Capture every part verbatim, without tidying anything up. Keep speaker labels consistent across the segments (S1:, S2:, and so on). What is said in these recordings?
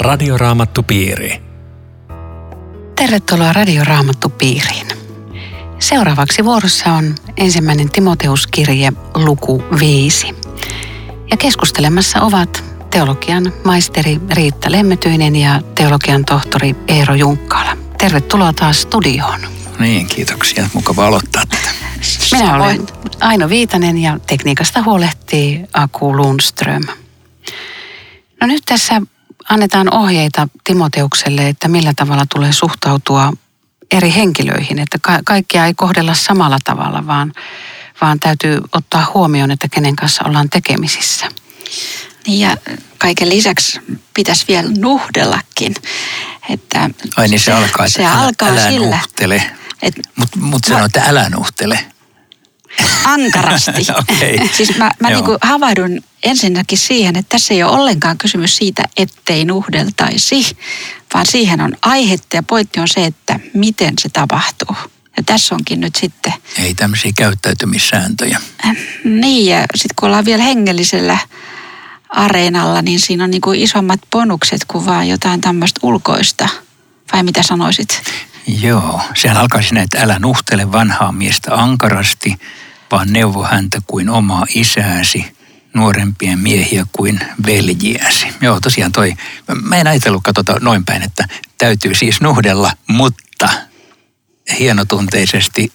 S1: Radioraamattupiiri.
S2: Tervetuloa Radioraamattupiiriin. Seuraavaksi vuorossa on ensimmäinen Timoteuskirje luku viisi. Ja keskustelemassa ovat teologian maisteri Riitta Lemmetyinen ja teologian tohtori Eero Junkkaala. Tervetuloa taas studioon.
S3: Niin, kiitoksia. Mukava aloittaa tätä.
S2: Minä olen Aino Viitanen ja tekniikasta huolehtii Aku Lundström. No nyt tässä annetaan ohjeita Timoteukselle, että millä tavalla tulee suhtautua eri henkilöihin. Että ka- kaikkia ei kohdella samalla tavalla, vaan, vaan täytyy ottaa huomioon, että kenen kanssa ollaan tekemisissä.
S4: Niin ja kaiken lisäksi pitäisi vielä nuhdellakin. Että
S3: Ai niin se, se alkaa, että
S4: se
S3: älä,
S4: alkaa
S3: älä
S4: sillä.
S3: nuhtele. Mutta mut sanoo, että älä nuhtele.
S4: Ankarasti.
S3: Okay.
S4: Siis mä, mä niinku havahdun ensinnäkin siihen, että tässä ei ole ollenkaan kysymys siitä, ettei nuhdeltaisi, vaan siihen on aihetta ja pointti on se, että miten se tapahtuu. Ja tässä onkin nyt sitten...
S3: Ei tämmöisiä käyttäytymissääntöjä.
S4: Äh, niin ja sitten kun ollaan vielä hengellisellä areenalla, niin siinä on niinku isommat bonukset kuin vaan jotain tämmöistä ulkoista. Vai mitä sanoisit?
S3: Joo, sehän alkaa siinä, että älä nuhtele vanhaa miestä ankarasti, vaan neuvo häntä kuin omaa isääsi, nuorempien miehiä kuin veljiäsi. Joo, tosiaan toi, mä en ajatellut katsota noin päin, että täytyy siis nuhdella, mutta hienotunteisesti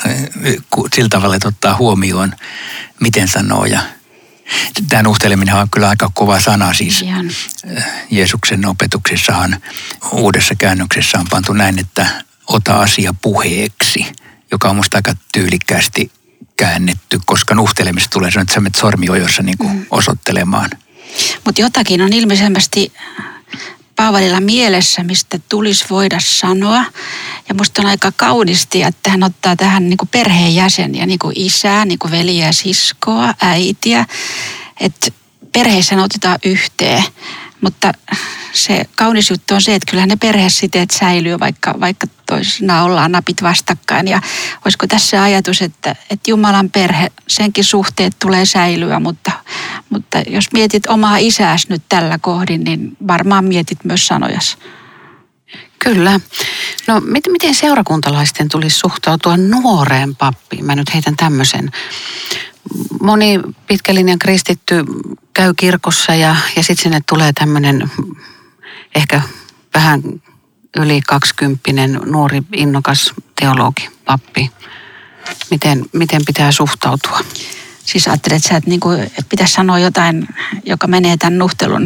S3: sillä tavalla, että ottaa huomioon, miten sanoo. Ja tämä nuhteleminen on kyllä aika kova sana siis.
S4: Ihan.
S3: Jeesuksen opetuksessahan uudessa käännöksessä on pantu näin, että ota asia puheeksi, joka on musta aika tyylikkäästi käännetty, koska nuhtelemista tulee sanoa, että sä menet sormiojossa niin kuin osoittelemaan.
S4: Mutta jotakin on ilmeisesti Paavalilla mielessä, mistä tulisi voida sanoa. Ja musta on aika kaunisti, että hän ottaa tähän niin kuin perheenjäseniä, niin kuin isää, niin kuin veliä, siskoa, äitiä. Että perheissä ne otetaan yhteen. Mutta se kaunis juttu on se, että kyllähän ne perhesiteet säilyy, vaikka, vaikka toisinaan ollaan napit vastakkain. Ja olisiko tässä ajatus, että, että Jumalan perhe, senkin suhteet tulee säilyä, mutta, mutta jos mietit omaa isääsi nyt tällä kohdin, niin varmaan mietit myös sanojas.
S2: Kyllä. No miten seurakuntalaisten tulisi suhtautua nuoreen pappiin? Mä nyt heitän tämmöisen. Moni pitkälinjan kristitty käy kirkossa ja, ja sitten sinne tulee tämmöinen ehkä vähän yli kaksikymppinen nuori innokas teologi, pappi. Miten, miten pitää suhtautua?
S4: Siis ajattelet, että sä et niinku, että pitäisi sanoa jotain, joka menee tämän nuhtelun.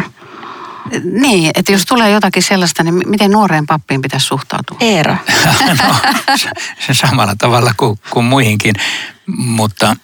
S2: Niin, että jos tulee jotakin sellaista, niin miten nuoreen pappiin pitäisi suhtautua?
S4: Eero.
S3: No, se samalla tavalla kuin, kuin muihinkin, mutta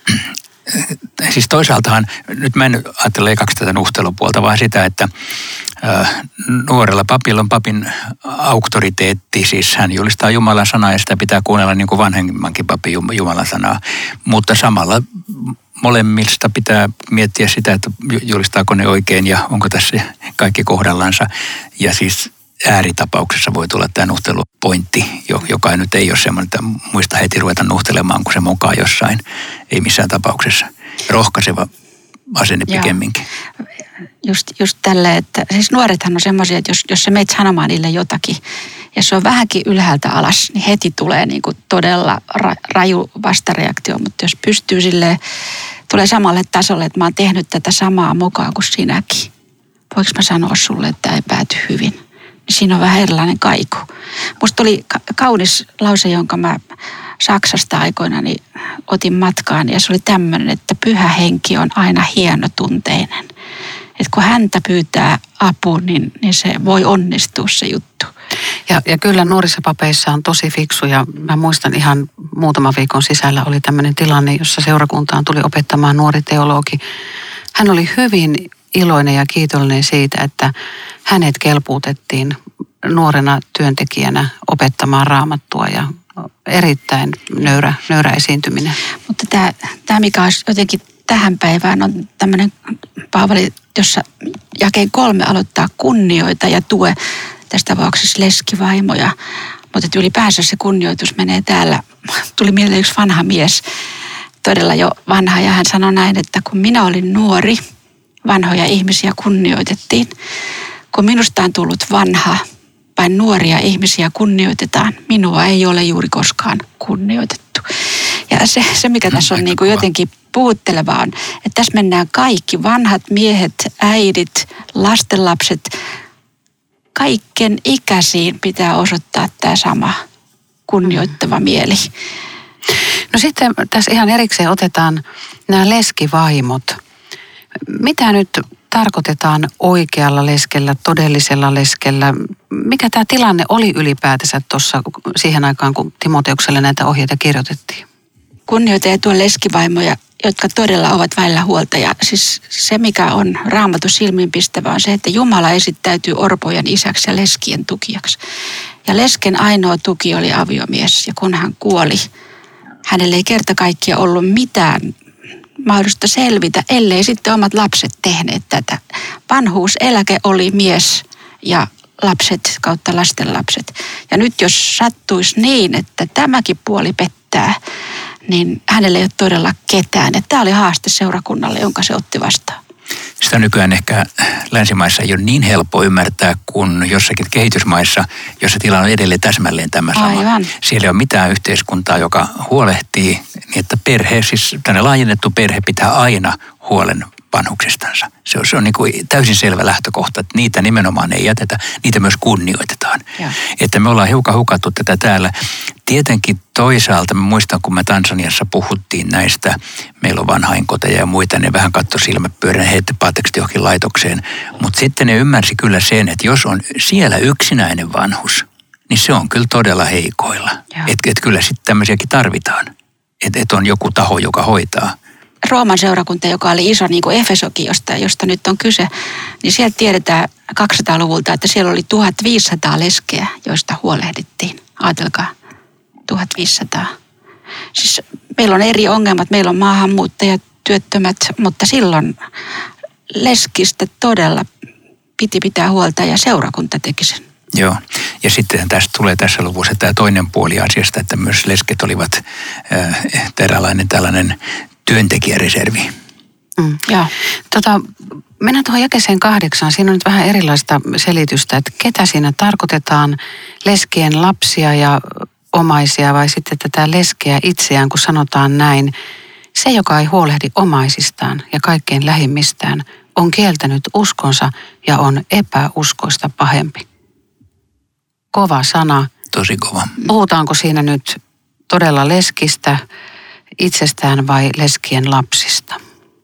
S3: siis toisaaltahan, nyt mä en ajattele ekaksi tätä nuhtelupuolta, vaan sitä, että äh, nuorella papilla on papin auktoriteetti, siis hän julistaa Jumalan sanaa ja sitä pitää kuunnella niin kuin vanhemmankin papin Jumalan sanaa, mutta samalla molemmista pitää miettiä sitä, että julistaako ne oikein ja onko tässä kaikki kohdallansa. Ja siis ääritapauksessa voi tulla tämä nuhtelupointti, joka nyt ei ole semmoinen, että muista heti ruveta nuhtelemaan, kun se mokaa jossain. Ei missään tapauksessa. Rohkaiseva asenne pikemminkin.
S4: Just, just tälle, että siis nuorethan on semmoisia, että jos, jos sä menet sanomaan niille jotakin, ja se on vähänkin ylhäältä alas, niin heti tulee niin kuin todella ra, raju vastareaktio. Mutta jos pystyy silleen, tulee samalle tasolle, että mä oon tehnyt tätä samaa mukaan kuin sinäkin. Voinko mä sanoa sulle, että tämä ei pääty hyvin? Niin siinä on vähän erilainen kaiku. Musta oli kaunis lause, jonka mä Saksasta aikoinaan niin otin matkaan. Ja se oli tämmöinen, että pyhä henki on aina hienotunteinen. Että kun häntä pyytää apuun, niin, niin se voi onnistua se juttu.
S2: Ja, ja kyllä nuorissa papeissa on tosi fiksu ja mä muistan ihan muutaman viikon sisällä oli tämmöinen tilanne, jossa seurakuntaan tuli opettamaan nuori teologi. Hän oli hyvin iloinen ja kiitollinen siitä, että hänet kelpuutettiin nuorena työntekijänä opettamaan raamattua ja erittäin nöyrä, nöyrä esiintyminen.
S4: Mutta tämä, tämä mikä olisi jotenkin tähän päivään on tämmöinen Paavali, jossa jakeen kolme aloittaa kunnioita ja tue, tässä tapauksessa leskivaimoja. Mutta ylipäänsä se kunnioitus menee täällä. Tuli mieleen yksi vanha mies, todella jo vanha, ja hän sanoi näin, että kun minä olin nuori, vanhoja ihmisiä kunnioitettiin. kun minusta on tullut vanha, vain nuoria ihmisiä kunnioitetaan. Minua ei ole juuri koskaan kunnioitettu. Ja se, se mikä tässä on niin kuin jotenkin puhuttelevaa on, että tässä mennään kaikki, vanhat miehet, äidit, lastenlapset, kaiken ikäisiin pitää osoittaa tämä sama kunnioittava mieli.
S2: No sitten tässä ihan erikseen otetaan nämä leskivaimot. Mitä nyt tarkoitetaan oikealla leskellä, todellisella leskellä? Mikä tämä tilanne oli ylipäätänsä tuossa siihen aikaan, kun Timoteukselle näitä ohjeita kirjoitettiin?
S4: Kunnioita ja tuo leskivaimoja, jotka todella ovat vailla huolta. Ja siis se, mikä on Raamatun silmiinpistävä, on se, että Jumala esittäytyy orpojen isäksi ja leskien tukijaksi. Ja lesken ainoa tuki oli aviomies, ja kun hän kuoli, hänelle ei kerta kaikkiaan ollut mitään mahdollista selvitä, ellei sitten omat lapset tehneet tätä. Vanhuuseläke oli mies ja lapset kautta lastenlapset. Ja nyt jos sattuisi niin, että tämäkin puoli pettää, niin hänellä ei ole todella ketään. Ja tämä oli haaste seurakunnalle, jonka se otti vastaan.
S3: Sitä nykyään ehkä länsimaissa ei ole niin helppo ymmärtää kuin jossakin kehitysmaissa, jossa tilanne on edelleen täsmälleen tämä sama.
S4: Aivan.
S3: Siellä ei ole mitään yhteiskuntaa, joka huolehtii, niin että perhe, siis tänne laajennettu perhe pitää aina huolen vanhuksestansa. Se on, se on niin kuin täysin selvä lähtökohta, että niitä nimenomaan ei jätetä, niitä myös kunnioitetaan. Ja. Että me ollaan hiukan hukattu tätä täällä. Tietenkin toisaalta, mä muistan, kun me Tansaniassa puhuttiin näistä, meillä on vanhainkoteja ja muita, ne vähän katto silmät pyörän, heitti paateksti johonkin laitokseen. Mutta sitten ne ymmärsi kyllä sen, että jos on siellä yksinäinen vanhus, niin se on kyllä todella heikoilla. Että et kyllä sitten tämmöisiäkin tarvitaan. Että et on joku taho, joka hoitaa.
S4: Rooman seurakunta, joka oli iso niin kuin Efesokin, josta, josta nyt on kyse, niin sieltä tiedetään kaksisataaluvulta, että siellä oli tuhatviisisataa leskeä, joista huolehdittiin. Ajatelkaa, tuhatviisisataa. Siis meillä on eri ongelmat, meillä on maahanmuuttajat, työttömät, mutta silloin leskistä todella piti pitää huolta ja seurakunta teki sen.
S3: Joo, ja sitten tästä tulee tässä luvussa tämä toinen puoli asiasta, että myös lesket olivat äh, eräänlainen tällainen työntekijäreservi.
S2: Mm. Joo. Tota, mennään tuohon jakeeseen kahdeksan. Siinä on nyt vähän erilaista selitystä, että ketä siinä tarkoitetaan, leskien lapsia ja omaisia vai sitten tätä leskeä itseään, kun sanotaan näin. Se, joka ei huolehdi omaisistaan ja kaikkein lähimmistään, on kieltänyt uskonsa ja on epäuskoista pahempi. Kova sana.
S3: Tosi kova.
S2: Puhutaanko siinä nyt todella leskistä itsestään vai leskien lapsista?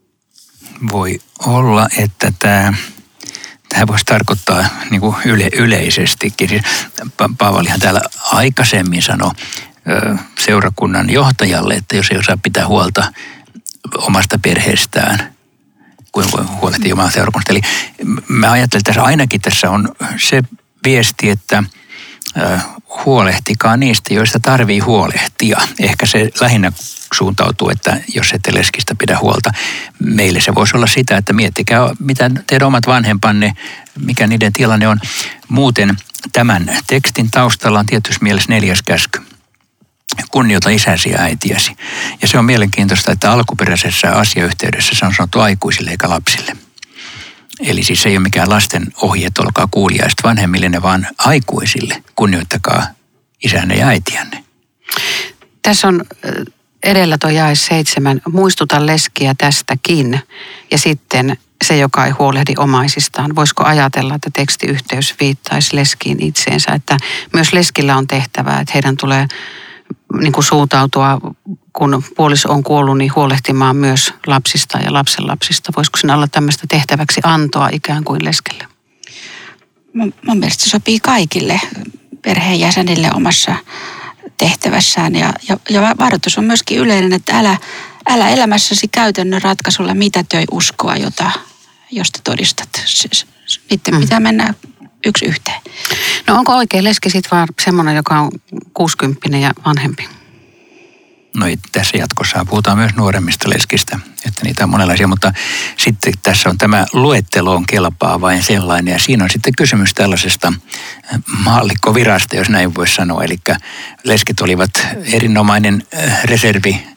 S3: Voi olla, että tämä, tämä voisi tarkoittaa niin kuin yle, yleisestikin. Siis pa- Paavalihan täällä aikaisemmin sanoi ö, seurakunnan johtajalle, että jos ei osaa pitää huolta omasta perheestään, kuin voi huolehtia Jumalan seurakunnasta. Eli mä ajattelen, että tässä ainakin tässä on se viesti, että ö, huolehtikaa niistä, joista tarvii huolehtia. Ehkä se lähinnä suuntautuu, että jos ette leskistä pidä huolta. Meille se voisi olla sitä, että miettikää, mitä teidän omat vanhempanne, mikä niiden tilanne on. Muuten tämän tekstin taustalla on tietysti mielessä neljäs käsky. Kunnioita isäsi ja äitiäsi. Ja se on mielenkiintoista, että alkuperäisessä asiayhteydessä se on sanottu aikuisille eikä lapsille. Eli siis se ei ole mikään lasten ohje, että olkaa kuuliaiset vanhemmille, vaan aikuisille. Kunnioittakaa isänne ja äitiänne.
S2: Tässä on edellä tuo jae seitsemän, muistuta leskiä tästäkin. Ja sitten se, joka ei huolehdi omaisistaan. Voisiko ajatella, että tekstiyhteys viittaisi leskiin itseensä, että myös leskillä on tehtävää, että heidän tulee niin kuin suuntautua, kun puoliso on kuollut, niin huolehtimaan myös lapsista ja lapsenlapsista. Voisiko siinä olla tämmöistä tehtäväksi antoa ikään kuin leskelle?
S4: Mun, mun mielestä se sopii kaikille perheenjäsenille omassa tehtävässään. Ja, ja, ja varoitus on myöskin yleinen, että älä, älä elämässäsi käytännön ratkaisulla mitätöi uskoa, jota, josta todistat. Niiden mm. pitää mennä yksi yhteen.
S2: No onko oikein leski sitten vaan semmoinen, joka on kuusikymppinen ja vanhempi?
S3: No tässä jatkossa puhutaan myös nuoremmista leskistä, että niitä on monenlaisia, mutta sitten tässä on tämä luetteloon kelpaa vain sellainen, ja siinä on sitten kysymys tällaisesta maallikkovirasta, jos näin voisi sanoa, eli lesket olivat erinomainen reservi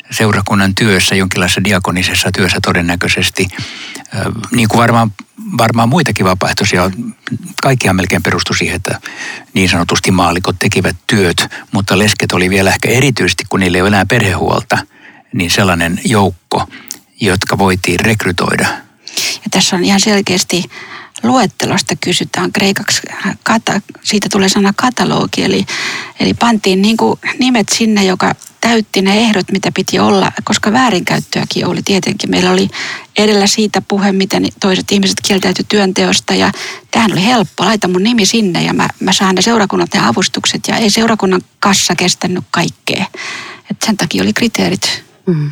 S3: seurakunnan työssä, jonkinlaisessa diakonisessa työssä todennäköisesti. Niin kuin varmaan, varmaan muitakin vapaaehtoisia, kaikkihan melkein perustui siihen, että niin sanotusti maallikot tekivät työt, mutta lesket oli vielä ehkä erityisesti, kun niillä ei ole enää perhehuolta, niin sellainen joukko, jotka voitiin rekrytoida.
S4: Ja tässä on ihan selkeästi luettelosta kysytään kreikaksi, kata, siitä tulee sana katalogi, eli, eli pantiin niin kuin nimet sinne, joka täytti ne ehdot, mitä piti olla, koska väärinkäyttöäkin oli tietenkin. Meillä oli edellä siitä puhe, miten toiset ihmiset kieltäytyi työnteosta, ja tämähän oli helppo, laita mun nimi sinne ja mä, mä saan ne seurakunnat ne avustukset, ja ei seurakunnan kassa kestänyt kaikkea. Et sen takia oli kriteerit.
S2: Mm.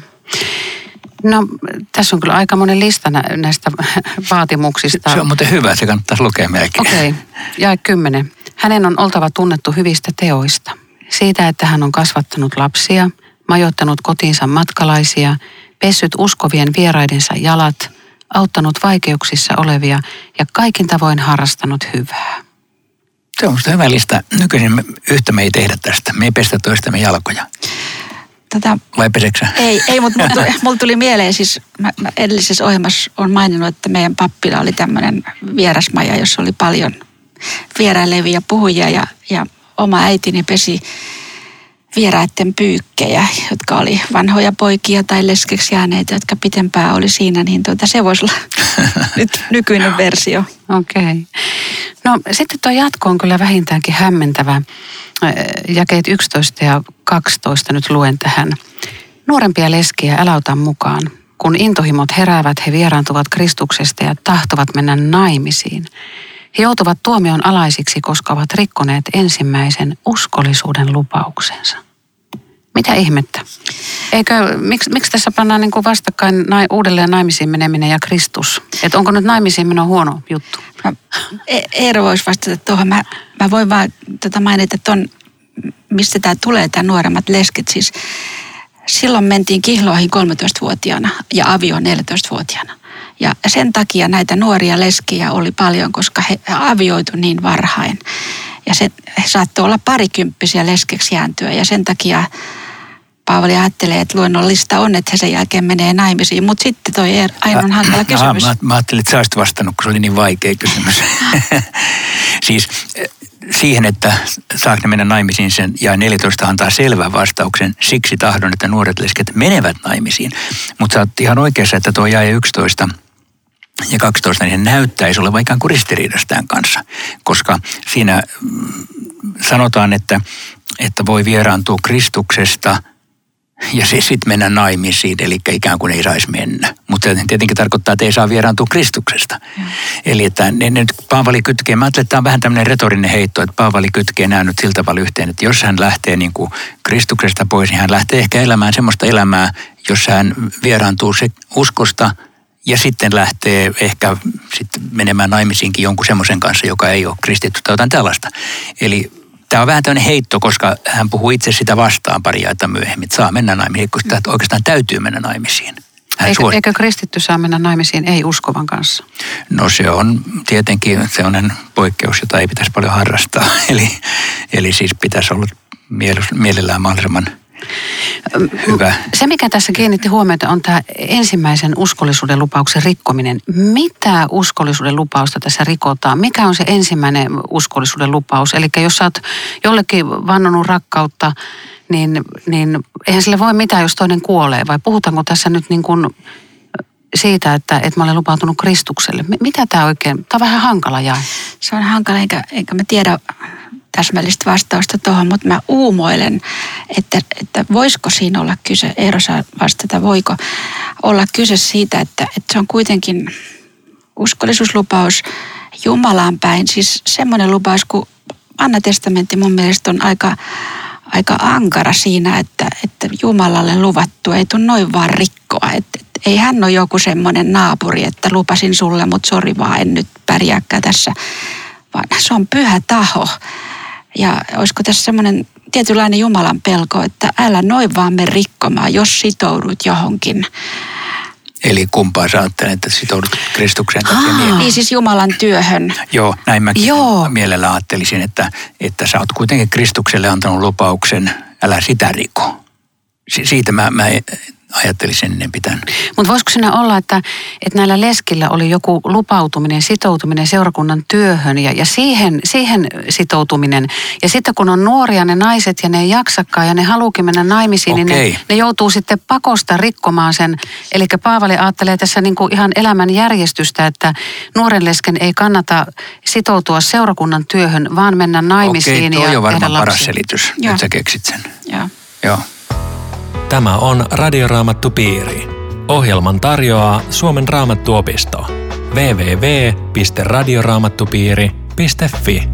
S2: No, tässä on kyllä aika monen lista näistä vaatimuksista.
S3: Se on muuten hyvä, se kannattaisi lukea melkein.
S2: Okei, okay. Jae kymmenen. Hänen on oltava tunnettu hyvistä teoista. Siitä, että hän on kasvattanut lapsia, majoittanut kotiinsa matkalaisia, pessyt uskovien vieraidensa jalat, auttanut vaikeuksissa olevia ja kaikin tavoin harrastanut hyvää.
S3: Se on musta hyvä lista. Nykyisin me, yhtä me ei tehdä tästä. Me ei pestä toistamme jalkoja.
S4: Tätä,
S3: Vai peseksä?
S4: Ei, ei mutta mulla tuli, mulla tuli mieleen siis, mä, mä edellisessä ohjelmassa olen maininnut, että meidän pappila oli tämmöinen vierasmaja, jossa oli paljon vierailevia puhujia ja, ja oma äitini pesi vieraiden pyykkejä, jotka oli vanhoja poikia tai leskeksi jääneitä, jotka pitempään oli siinä, niin tuota, se voisi olla nyt nykyinen versio.
S2: Okei. Okay. No sitten tuo jatko on kyllä vähintäänkin hämmentävä. Jakeet yksitoista ja kaksitoista nyt luen tähän. Nuorempia leskiä älä ota mukaan. Kun intohimot heräävät, he vieraantuvat Kristuksesta ja tahtovat mennä naimisiin. He joutuvat tuomion alaisiksi, koska ovat rikkoneet ensimmäisen uskollisuuden lupauksensa. Mitä ihmettä? Eikö, miksi, miksi tässä pannaan niin kuin vastakkain nai, uudelleen naimisiin meneminen ja Kristus? Että onko nyt naimisiin meno huono juttu?
S4: No, Eero voisi vastata tuohon. Mä, mä voin vaan tota mainita, että on, mistä tämä tulee, tämä nuoremmat lesket. Siis silloin mentiin kihloihin kolmetoistavuotiaana ja avioon neljätoistavuotiaana. Ja sen takia näitä nuoria leskiä oli paljon, koska he avioitu niin varhain. Ja se, he saattoi olla parikymppisiä leskeksi jääntyä ja sen takia Paavali ajattelee, että luonnollista on, että he sen jälkeen menee naimisiin. Mutta sitten toi aina on hankala kysymys.
S3: Aha, mä, mä ajattelin, että sä olisit vastannut, kun se oli niin vaikea kysymys. Siis siihen, että saako ne mennä naimisiin, sen ja neljätoista antaa selvän vastauksen. Siksi tahdon, että nuoret lesket menevät naimisiin. Mutta sä oot ihan oikeassa, että tuo jae yksitoista ja kaksitoista, niin se näyttäisi olevan ikään kuin ristiriidassa tämän kanssa. Koska siinä sanotaan, että, että voi vieraantua Kristuksesta ja se sitten mennä naimisiin, eli ikään kuin ei saisi mennä. Mutta tietenkin tarkoittaa, että ei saa vieraantua Kristuksesta. Mm. Eli että ne, ne nyt Paavali kytkee, mä ajattelen, että tämä on vähän tämmöinen retorinen heitto, että Paavali kytkee nämä nyt sillä tavalla yhteen, että jos hän lähtee niin kuin Kristuksesta pois, niin hän lähtee ehkä elämään semmoista elämää, jos hän vieraantuu se uskosta ja sitten lähtee ehkä sitten menemään naimisiinkin jonkun semmoisen kanssa, joka ei ole kristitty tai jotain tällaista. Eli tämä on vähän tämmöinen heitto, koska hän puhuu itse sitä vastaan pari jaetta myöhemmin, että saa mennä naimisiin, koska oikeastaan täytyy mennä naimisiin.
S2: Eikö, eikö kristitty saa mennä naimisiin ei-uskovan kanssa?
S3: No se on tietenkin sellainen poikkeus, jota ei pitäisi paljon harrastaa. Eli, eli siis pitäisi olla mielellään mahdollisimman hyvä.
S2: Se, mikä tässä kiinnitti huomiota, on tämä ensimmäisen uskollisuuden lupauksen rikkominen. Mitä uskollisuuden lupausta tässä rikotaan? Mikä on se ensimmäinen uskollisuuden lupaus? Eli jos sä oot jollekin vannonut rakkautta, niin, niin eihän sille voi mitään, jos toinen kuolee. Vai puhutaanko tässä nyt niin kuin siitä, että, että mä olen lupautunut Kristukselle? Mitä tämä oikein? Tämä on vähän hankala jae.
S4: Se on hankala, enkä, enkä mä tiedä täsmällistä vastausta tuohon, mutta mä uumoilen, että, että voisiko siinä olla kyse, Eero saa vastata, voiko olla kyse siitä, että, että se on kuitenkin uskollisuuslupaus Jumalaan päin. Siis semmoinen lupaus, kun Vanha testamentti mun mielestä on aika, aika ankara siinä, että, että Jumalalle luvattu ei tule noin vaan rikkoa. Että, että ei hän ole joku semmoinen naapuri, että lupasin sulle, mutta sori vaan, en nyt pärjääkään tässä. Vaan se on pyhä taho. Ja olisiko tässä semmoinen tietynlainen Jumalan pelko, että älä noin vaan mene rikkomaan, jos sitoudut johonkin.
S3: Eli kumpaa sä ajattelet, että sitoudut Kristukseen takia mieleen?
S4: Niin siis Jumalan työhön.
S3: Joo, näin mäkin
S2: Joo.
S3: mielellä ajattelisin, että, että sä oot kuitenkin Kristukselle antanut lupauksen, älä sitä riko. Si- siitä mä, mä ajattelisin ennen pitänyt.
S2: Mutta voisiko siinä olla, että, että näillä leskillä oli joku lupautuminen, sitoutuminen seurakunnan työhön ja, ja siihen, siihen sitoutuminen. Ja sitten kun on nuoria ne naiset ja ne ei jaksakaan ja ne haluukin mennä naimisiin,
S3: Okei.
S2: niin ne, ne joutuu sitten pakosta rikkomaan sen. Eli Paavali ajattelee tässä niinku ihan elämän järjestystä, että nuoren lesken ei kannata sitoutua seurakunnan työhön, vaan mennä naimisiin
S3: Okei, toi
S2: ja
S3: on varmaan
S2: tehdä
S3: paras
S2: lapsia.
S3: selitys.
S4: Joo.
S3: Nyt sä keksit sen.
S4: Joo.
S3: Joo.
S1: Tämä on Radioraamattupiiri. Ohjelman tarjoaa Suomen Raamattuopisto. double-u double-u double-u piste radioraamattupiiri piste fi.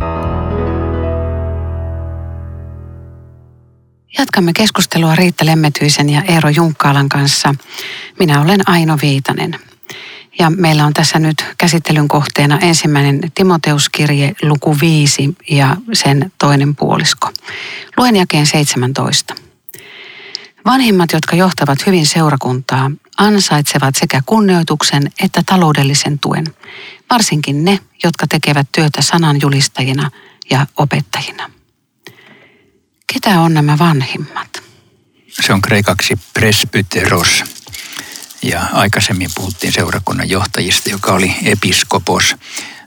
S2: Jatkamme keskustelua Riitta Lemmetyisen ja Eero Junkkaalan kanssa. Minä olen Aino Viitanen. Ja meillä on tässä nyt käsittelyn kohteena ensimmäinen Timoteuskirje luku viisi ja sen toinen puolisko. Luen jakeen seitsemäntoista. Vanhimmat, jotka johtavat hyvin seurakuntaa, ansaitsevat sekä kunnioituksen että taloudellisen tuen. Varsinkin ne, jotka tekevät työtä sananjulistajina ja opettajina. Ketä on nämä vanhimmat?
S3: Se on kreikaksi presbyteros. Ja aikaisemmin puhuttiin seurakunnan johtajista, joka oli episkopos.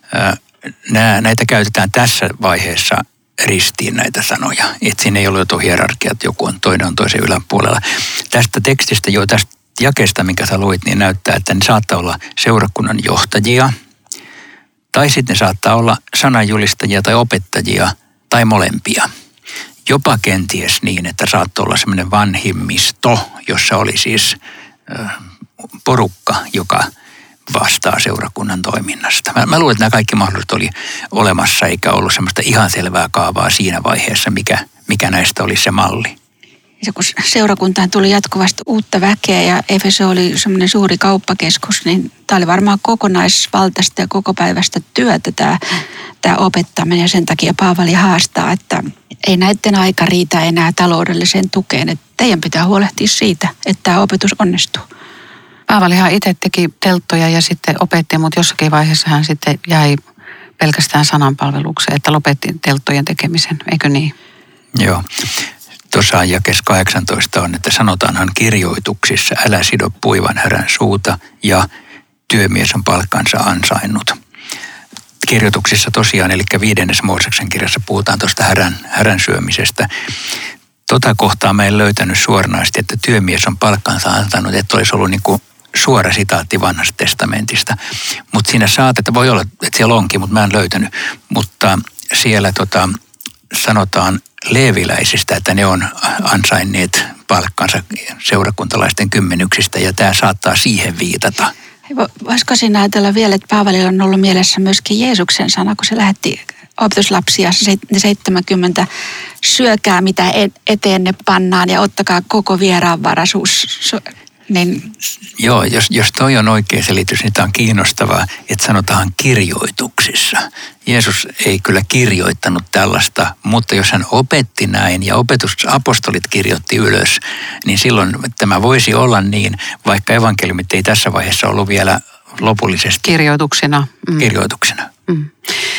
S3: Nää, näitä käytetään tässä vaiheessa ristiin näitä sanoja. Että siinä ei ole jotain hierarkia, että joku on toinen on toisen yläpuolella. Tästä tekstistä, jo tästä jakeesta, minkä sä luit, niin näyttää, että ne saattaa olla seurakunnan johtajia. Tai sitten ne saattaa olla sananjulistajia tai opettajia tai molempia. Jopa kenties niin, että saattoi olla semmoinen vanhimmisto, jossa oli siis äh, porukka, joka vastaa seurakunnan toiminnasta. Mä, mä luulen, että nämä kaikki mahdollisuudet oli olemassa, eikä ollut semmoista ihan selvää kaavaa siinä vaiheessa, mikä, mikä näistä oli se malli.
S4: Ja kun seurakuntaan tuli jatkuvasti uutta väkeä ja Efeso oli semmoinen suuri kauppakeskus, niin tämä oli varmaan kokonaisvaltaista ja kokopäiväistä työtä tämä, tämä opettaminen. Ja sen takia Paavali haastaa, että ei näiden aika riitä enää taloudelliseen tukeen. Että teidän pitää huolehtia siitä, että tämä opetus onnistuu.
S2: Paavalihan itse teki telttoja ja sitten opetti, mutta jossakin vaiheessa hän sitten jäi pelkästään sananpalvelukseen, että lopetti telttojen tekemisen, eikö niin?
S3: Joo. Tuossa jakeessa kahdeksantoista on, että sanotaanhan kirjoituksissa, älä sido puivan härän suuta ja työmies on palkkansa ansainnut. Kirjoituksissa tosiaan, eli viidennes Mooseksen kirjassa puhutaan tuosta härän, härän syömisestä. Tota kohtaa mä en löytänyt suoranaisesti, että työmies on palkkansa ansainnut, että olisi ollut niin kuin suora sitaatti vanhasta testamentista. Mutta siinä saatetaan, voi olla, että siellä onkin, mutta mä en löytänyt. Mutta siellä tota, sanotaan leeviläisistä, että ne on ansainneet palkkansa seurakuntalaisten kymmenyksistä ja tämä saattaa siihen viitata.
S4: Voisiko siinä ajatella vielä, että Paavalilla on ollut mielessä myöskin Jeesuksen sana, kun se lähetti opetuslapsia ne seitsemänkymmentä, syökää mitä eteen ne pannaan ja ottakaa koko vieraanvaraisuus. Niin...
S3: Joo, jos, jos toi on oikea selitys, niin tämä on kiinnostavaa, että sanotaan kirjoituksissa. Jeesus ei kyllä kirjoittanut tällaista, mutta jos hän opetti näin ja opetusapostolit kirjoitti ylös, niin silloin tämä voisi olla niin, vaikka evankeliumit ei tässä vaiheessa ollut vielä lopullisesti
S2: kirjoituksina.
S3: Mm. kirjoituksina.
S2: Mm.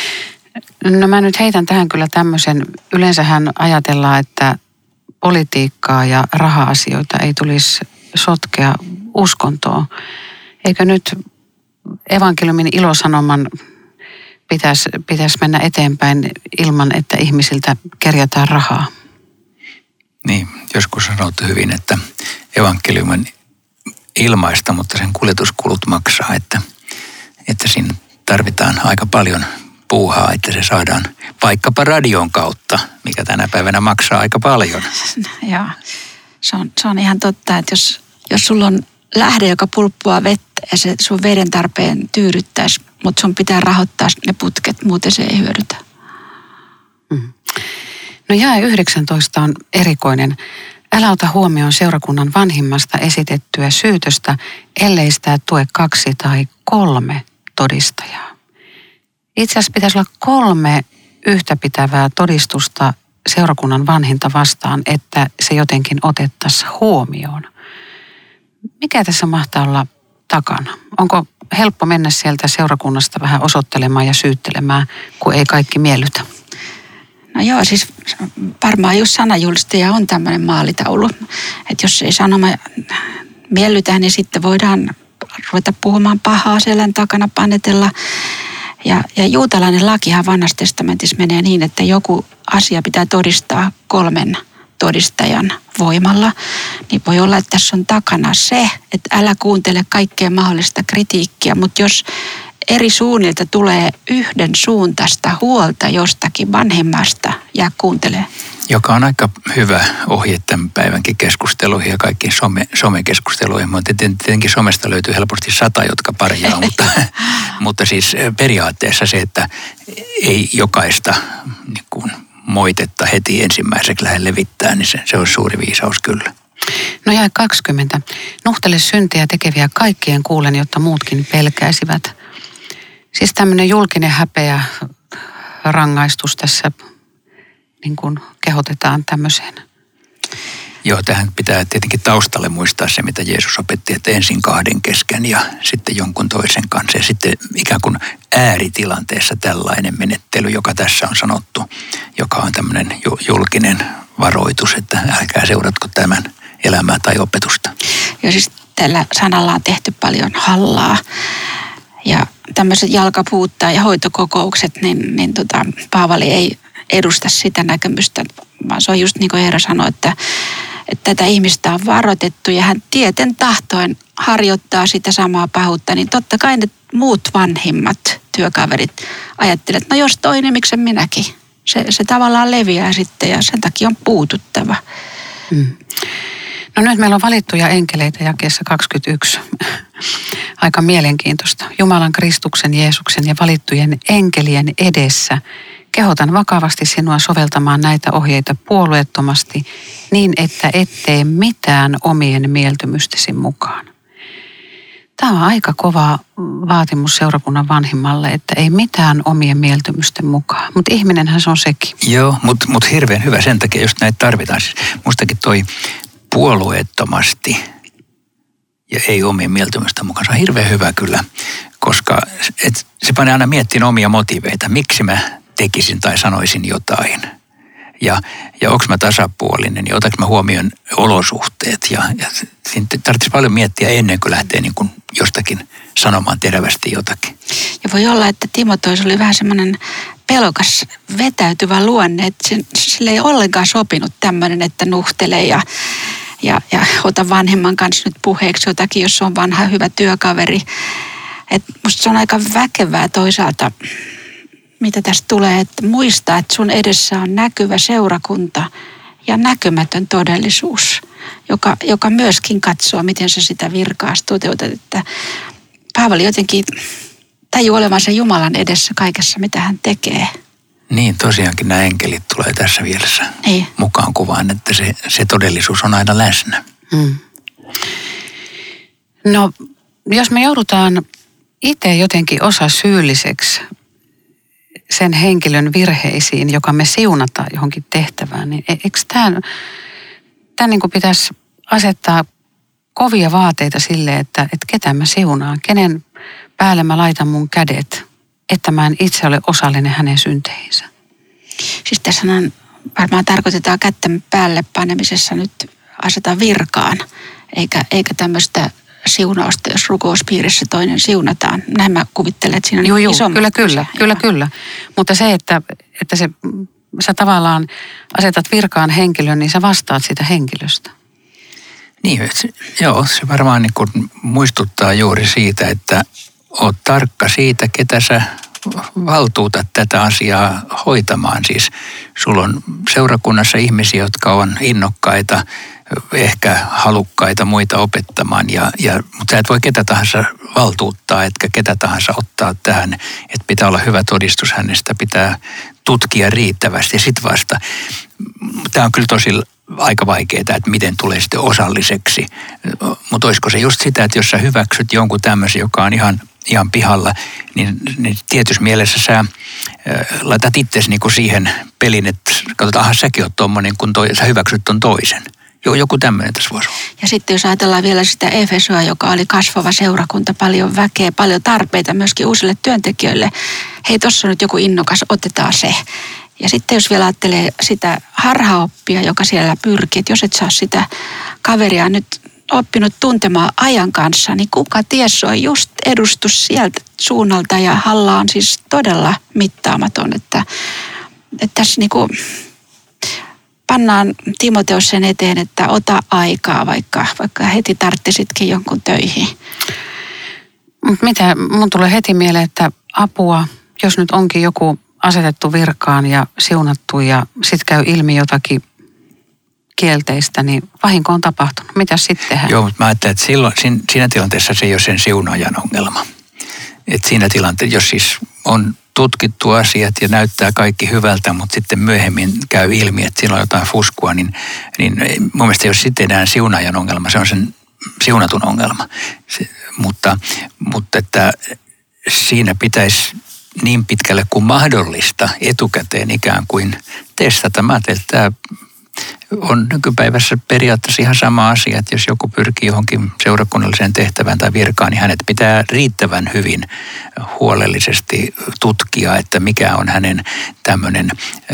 S2: No mä nyt heitän tähän kyllä tämmöisen, yleensähän ajatellaan, että politiikkaa ja raha-asioita ei tulisi sotkea uskontoon. Eikö nyt evankeliumin ilosanoman pitäisi, pitäisi mennä eteenpäin ilman, että ihmisiltä kerjataan rahaa?
S3: Niin, joskus on sanottu hyvin, että evankeliumi on ilmaista, mutta sen kuljetuskulut maksaa, että, että siinä tarvitaan aika paljon puuhaa, että se saadaan vaikkapa radion kautta, mikä tänä päivänä maksaa aika paljon.
S4: Joo, se on, se on ihan totta, että jos, jos sulla on lähde, joka pulppua vettä ja se sun veden tarpeen tyydyttäisi, mutta sun pitää rahoittaa ne putket, muuten se ei hyödytä.
S2: Mm. No jae yhdeksäntoista on erikoinen. Älä ota huomioon seurakunnan vanhimmasta esitettyä syytöstä, ellei sitä tue kaksi tai kolme todistajaa. Itse asiassa pitäisi olla kolme yhtäpitävää todistusta seurakunnan vanhinta vastaan, että se jotenkin otettaisiin huomioon. Mikä tässä mahtaa olla takana? Onko helppo mennä sieltä seurakunnasta vähän osoittelemaan ja syyttelemään, kun ei kaikki miellytä?
S4: No joo, siis varmaan just sanajulistaja on tämmöinen maalitaulu, että jos ei sanoma miellytä, niin sitten voidaan ruveta puhumaan pahaa selän takana, panetella. Ja, ja juutalainen lakihan Vanhassa testamentissa menee niin, että joku asia pitää todistaa kolmen todistajan voimalla. Niin voi olla, että tässä on takana se, että älä kuuntele kaikkea mahdollista kritiikkiä, mutta jos eri suunnilta tulee yhden suuntaista huolta jostakin vanhemmasta, jää kuuntele.
S3: Joka on aika hyvä ohje tämän päivänkin keskusteluihin ja kaikkiin some, somekeskusteluihin. Mutta tietenkin somesta löytyy helposti sata, jotka parjaa, mutta, mutta siis periaatteessa se, että ei jokaista niin kuin moitetta heti ensimmäiseksi lähde levittää, niin se, se on suuri viisaus kyllä.
S2: No jae kaksikymmentä. Nuhtele syntiä tekeviä kaikkien kuulen, jotta muutkin pelkäisivät. Siis tämmöinen julkinen häpeä rangaistus tässä niin kuin kehotetaan tämmöiseen.
S3: Joo, tähän pitää tietenkin taustalle muistaa se, mitä Jeesus opetti, että ensin kahden kesken ja sitten jonkun toisen kanssa. Ja sitten ikään kuin ääritilanteessa tällainen menettely, joka tässä on sanottu, joka on tämmöinen julkinen varoitus, että älkää seuratko tämän elämää tai opetusta.
S4: Ja siis tällä sanalla on tehty paljon hallaa. Ja tämmöiset jalkapuuttaa ja hoitokokoukset, niin, niin tota, Paavali ei edusta sitä näkemystä, vaan se on just niin kuin Eero sanoi, että, että tätä ihmistä on varoitettu ja hän tieten tahtoen harjoittaa sitä samaa pahuutta, niin totta kai ne muut vanhimmat työkaverit ajattelevat, että no jos toinen, miksen minäkin. Se, se tavallaan leviää sitten ja sen takia on puututtava.
S2: Hmm. No nyt meillä on valittuja enkeleitä jakeessa kaksikymmentäyksi. Aika mielenkiintoista. Jumalan, Kristuksen, Jeesuksen ja valittujen enkelien edessä kehotan vakavasti sinua soveltamaan näitä ohjeita puolueettomasti niin, että et tee mitään omien mieltymystesi mukaan. Tämä on aika kova vaatimus seurakunnan vanhimmalle, että ei mitään omien mieltymysten mukaan. Mutta ihminenhän se on sekin.
S3: Joo, mutta mut hirveän hyvä sen takia, just näitä tarvitaan. Siis mustakin toi puolueettomasti ja ei omien mieltymysten mukaan. Se on hirveän hyvä kyllä, koska et, se panee aina miettimään omia motiveita. Miksi mä tekisin tai sanoisin jotain? Ja, ja onko mä tasapuolinen ja otanko mä huomioon olosuhteet? Ja, ja siinä tarvitsisi paljon miettiä ennen kuin lähtee niin kuin jostakin sanomaan terävästi jotakin.
S4: Ja voi olla, että Timoteus oli vähän semmoinen pelokas, vetäytyvä luonne, että sille ei ollenkaan sopinut tämmöinen, että nuhtelee ja, ja, ja ota vanhemman kanssa nyt puheeksi jotakin, jos on vanha hyvä työkaveri. Että musta se on aika väkevää toisaalta, mitä tästä tulee, että muistaa, että sun edessä on näkyvä seurakunta ja näkymätön todellisuus, joka, joka myöskin katsoo, miten sä sitä virkaa toteutat. Että Paavali jotenkin tajuu olevansa Jumalan edessä kaikessa, mitä hän tekee.
S3: Niin, tosiaankin nämä enkelit tulee tässä mielessä
S4: niin
S3: mukaan kuvaan, että se, se todellisuus on aina läsnä.
S2: Hmm. No, jos me joudutaan itse jotenkin osa syylliseksi sen henkilön virheisiin, joka me siunataan johonkin tehtävään, niin eikö tämän, tämän niin kuin pitäisi asettaa kovia vaateita sille, että, että ketä mä siunaan, kenen päälle mä laitan mun kädet, että mä en itse ole osallinen hänen synteihinsä.
S4: Siis tässä on, varmaan tarkoitetaan kätten päälle panemisessa nyt aseta virkaan, eikä, eikä tämmöistä siunausta, jos rukouspiirissä toinen siunataan. Näin mä kuvittelen, että siinä on
S2: joo, joo,
S4: isommat.
S2: Kyllä, kyllä, kyllä, kyllä. Mutta se, että, että se, sä tavallaan asetat virkaan henkilön, niin sä vastaat sitä henkilöstä.
S3: Niin, se, joo, se varmaan niin kuin muistuttaa juuri siitä, että oot tarkka siitä, ketä sä valtuutat tätä asiaa hoitamaan. Siis sulla on seurakunnassa ihmisiä, jotka on innokkaita, ehkä halukkaita muita opettamaan, ja, ja, mutta sä et voi ketä tahansa valtuuttaa, etkä ketä tahansa ottaa tähän, että pitää olla hyvä todistus hänestä, pitää tutkia riittävästi sit vasta. Tämä on kyllä tosi aika vaikeaa, että miten tulee sitten osalliseksi, mutta olisiko se just sitä, että jos sä hyväksyt jonkun tämmöisen, joka on ihan ihan pihalla, niin, niin tietyssä mielessä sä äh, laitat itsesi niinku siihen pelin, että katsotaan, aha, säkin oot tommonen, kun toi, sä hyväksyt ton toisen. Joo, joku tämmöinen tässä voisi olla.
S4: Ja sitten jos ajatellaan vielä sitä Efesoa, joka oli kasvava seurakunta, paljon väkeä, paljon tarpeita myöskin uusille työntekijöille. Hei, tuossa on nyt joku innokas, otetaan se. Ja sitten jos vielä ajattelee sitä harhaoppia, joka siellä pyrkii, että jos et saa sitä kaveria nyt oppinut tuntemaan ajan kanssa, niin kuka ties, se on just edustus sieltä suunnalta ja halla on siis todella mittaamaton, että, että tässä niinku pannaan Timoteus sen eteen, että ota aikaa, vaikka, vaikka heti tarttisitkin jonkun töihin.
S2: Mut mitä, mun tulee heti mieleen, että apua, jos nyt onkin joku asetettu virkaan ja siunattu ja sitten käy ilmi jotakin kielteistä, niin vahinko on tapahtunut. Mitäs sitten tehdään?
S3: Joo, mutta mä ajattelen, että silloin, siinä tilanteessa se ei ole sen siunaajan ongelma. Että siinä tilanteessa, jos siis on tutkittu asiat ja näyttää kaikki hyvältä, mutta sitten myöhemmin käy ilmi, että siinä on jotain fuskua, niin, niin mun mielestä jos sitten enää siunaajan ongelma, se on sen siunatun ongelma. Se, mutta, mutta että siinä pitäisi niin pitkälle kuin mahdollista etukäteen ikään kuin testata. Mä ajattelin, että tämä on nykypäivässä periaatteessa ihan sama asia, että jos joku pyrkii johonkin seurakunnalliseen tehtävään tai virkaan, niin hänet pitää riittävän hyvin huolellisesti tutkia, että mikä on hänen tämmöinen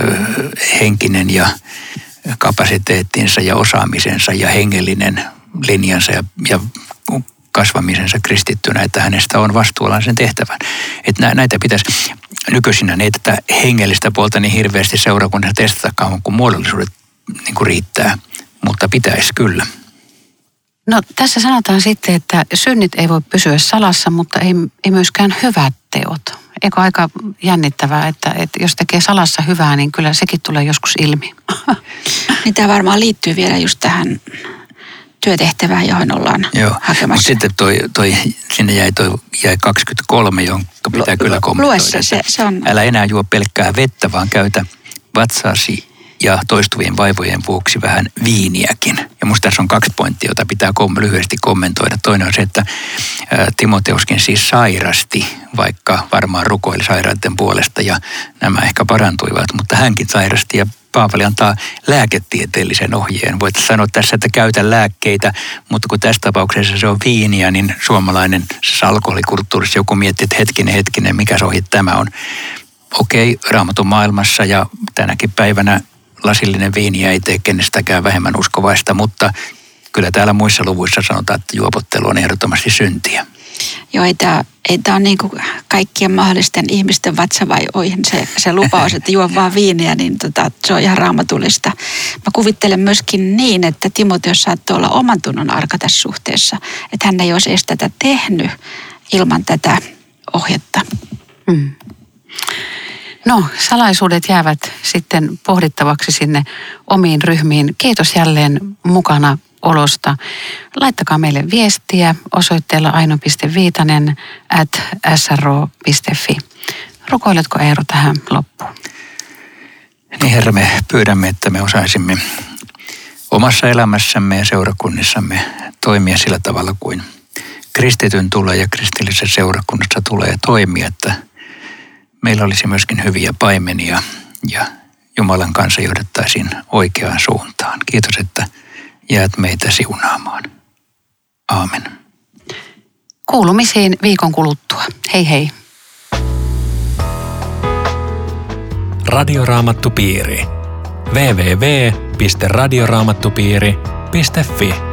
S3: henkinen ja kapasiteettinsa ja osaamisensa ja hengellinen linjansa ja, ja kasvamisensa kristittynä, että hänestä on vastuullaan sen tehtävän. Että näitä pitäisi, nykyisinä ei tätä hengellistä puolta niin hirveästi seurakunnassa testatakaan, kun muodollisuudet niin kuin riittää, mutta pitäisi kyllä.
S2: No tässä sanotaan sitten, että synnit ei voi pysyä salassa, mutta ei, ei myöskään hyvät teot. Eikö aika jännittävää, että, että jos tekee salassa hyvää, niin kyllä sekin tulee joskus ilmi.
S4: Niin tämä varmaan liittyy vielä just tähän työtehtävään, johon ollaan
S3: Joo,
S4: hakemassa.
S3: Mutta sitten toi, toi, sinne jäi, toi, jäi kaksikymmentäkolme, jonka pitää Lu, kyllä kommentoida.
S4: Lue se, se, se on...
S3: Älä enää juo pelkkää vettä, vaan käytä vatsaasi ja toistuvien vaivojen vuoksi vähän viiniäkin. Ja musta tässä on kaksi pointtia, jota pitää kom- lyhyesti kommentoida. Toinen on se, että ä, Timoteuskin siis sairasti, vaikka varmaan rukoili sairaiden puolesta ja nämä ehkä parantuivat, mutta hänkin sairasti ja Paavali antaa lääketieteellisen ohjeen. Voit sanoa tässä, että käytä lääkkeitä, mutta kun tässä tapauksessa se on viiniä, niin suomalainen alkoholikulttuurissa joku miettii, että hetkinen, hetkinen, mikä ohje tämä on. Okei, Raamatun maailmassa ja tänäkin päivänä lasillinen viini ei tee kenestäkään vähemmän uskovaista, mutta kyllä täällä muissa luvuissa sanotaan, että juopottelu on ehdottomasti syntiä.
S4: Joo, ei tämä ei ole niin kuin kaikkien mahdollisten ihmisten vatsavaivoihin se, se lupaus, että juo vaan viiniä, niin tota, se on ihan raamatullista. Mä kuvittelen myöskin niin, että Timoteus saattoi olla oman tunnon arka tässä suhteessa, että hän ei olisi edes tätä tehnyt ilman tätä ohjetta.
S2: Mm. No, salaisuudet jäävät sitten pohdittavaksi sinne omiin ryhmiin. Kiitos jälleen mukana olosta. Laittakaa meille viestiä osoitteella aino.viitanen at s r o piste f i. Rukoiletko Eero tähän loppuun?
S3: Niin Herra, me pyydämme, että me osaisimme omassa elämässämme ja seurakunnissamme toimia sillä tavalla kuin kristityn tulee ja kristillisessä seurakunnassa tulee toimia, että meillä olisi myöskin hyviä paimenia ja Jumalan kanssa johdettaisiin oikeaan suuntaan. Kiitos, että jäät meitä siunaamaan. Aamen.
S2: Kuulumisiin viikon kuluttua. Hei hei.
S1: Radioraamattupiiri. double-u double-u double-u piste radioraamattupiiri piste f i